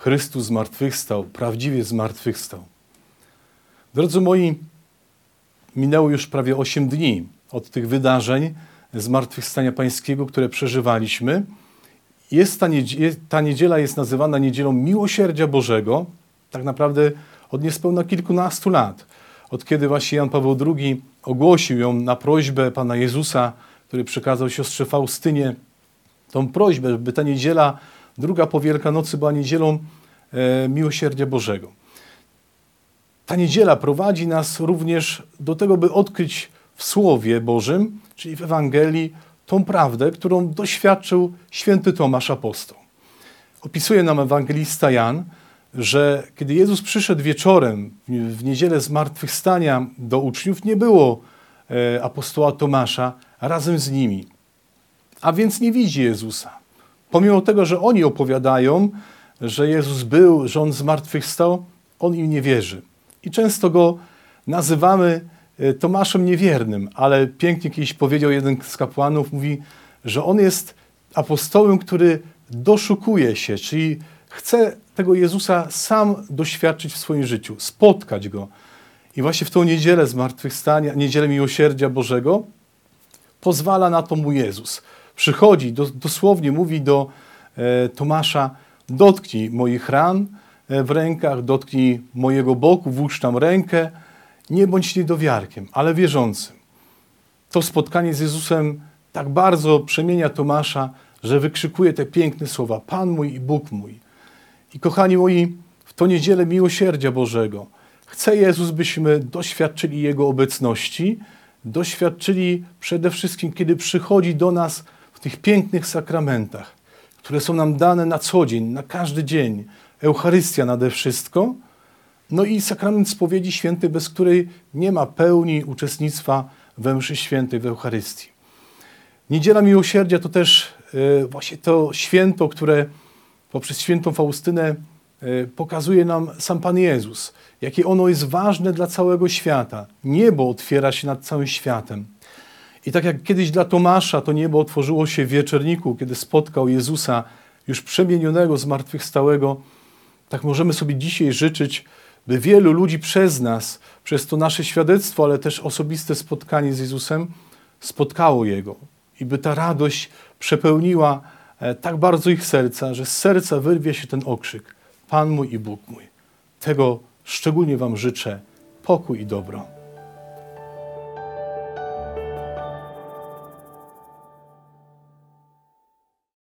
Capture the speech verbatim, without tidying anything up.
Chrystus zmartwychwstał, prawdziwie zmartwychwstał. Drodzy moi, minęło już prawie osiem dni od tych wydarzeń Zmartwychwstania Pańskiego, które przeżywaliśmy. Jest ta, niedziela, ta niedziela jest nazywana Niedzielą Miłosierdzia Bożego, tak naprawdę od niespełna kilkunastu lat. Od kiedy właśnie Jan Paweł drugi ogłosił ją na prośbę Pana Jezusa, który przekazał siostrze Faustynie tą prośbę, by ta niedziela, druga po Wielkanocy, była niedzielą e, Miłosierdzia Bożego. Ta niedziela prowadzi nas również do tego, by odkryć w Słowie Bożym, czyli w Ewangelii, tą prawdę, którą doświadczył święty Tomasz Apostoł. Opisuje nam ewangelista Jan, że kiedy Jezus przyszedł wieczorem w niedzielę zmartwychwstania do uczniów, nie było e, apostoła Tomasza razem z nimi. A więc nie widzi Jezusa. Pomimo tego, że oni opowiadają, że Jezus był, że On zmartwychwstał, On im nie wierzy. I często Go nazywamy Tomaszem niewiernym, ale pięknie kiedyś powiedział jeden z kapłanów, mówi, że on jest apostołem, który doszukuje się, czyli chce tego Jezusa sam doświadczyć w swoim życiu, spotkać Go. I właśnie w tą niedzielę zmartwychwstania, niedzielę Miłosierdzia Bożego pozwala na to mu Jezus. Przychodzi, do, dosłownie mówi do e, Tomasza, dotknij moich ran w rękach, dotknij mojego boku, włóż tam rękę, nie bądź niedowiarkiem, ale wierzącym. To spotkanie z Jezusem tak bardzo przemienia Tomasza, że wykrzykuje te piękne słowa: Pan mój i Bóg mój. I kochani moi, w tą niedzielę Miłosierdzia Bożego chce Jezus, byśmy doświadczyli Jego obecności, doświadczyli przede wszystkim, kiedy przychodzi do nas w tych pięknych sakramentach, które są nam dane na co dzień, na każdy dzień. Eucharystia nade wszystko, no i sakrament spowiedzi świętej, bez której nie ma pełni uczestnictwa we mszy świętej, w Eucharystii. Niedziela Miłosierdzia to też e, właśnie to święto, które poprzez świętą Faustynę e, pokazuje nam sam Pan Jezus, jakie ono jest ważne dla całego świata. Niebo otwiera się nad całym światem. I tak jak kiedyś dla Tomasza to niebo otworzyło się w wieczorniku, kiedy spotkał Jezusa już przemienionego, zmartwychwstałego, tak możemy sobie dzisiaj życzyć, by wielu ludzi przez nas, przez to nasze świadectwo, ale też osobiste spotkanie z Jezusem, spotkało Jego. I by ta radość przepełniła tak bardzo ich serca, że z serca wyrwie się ten okrzyk: Pan mój i Bóg mój. Tego szczególnie wam życzę. Pokój i dobro.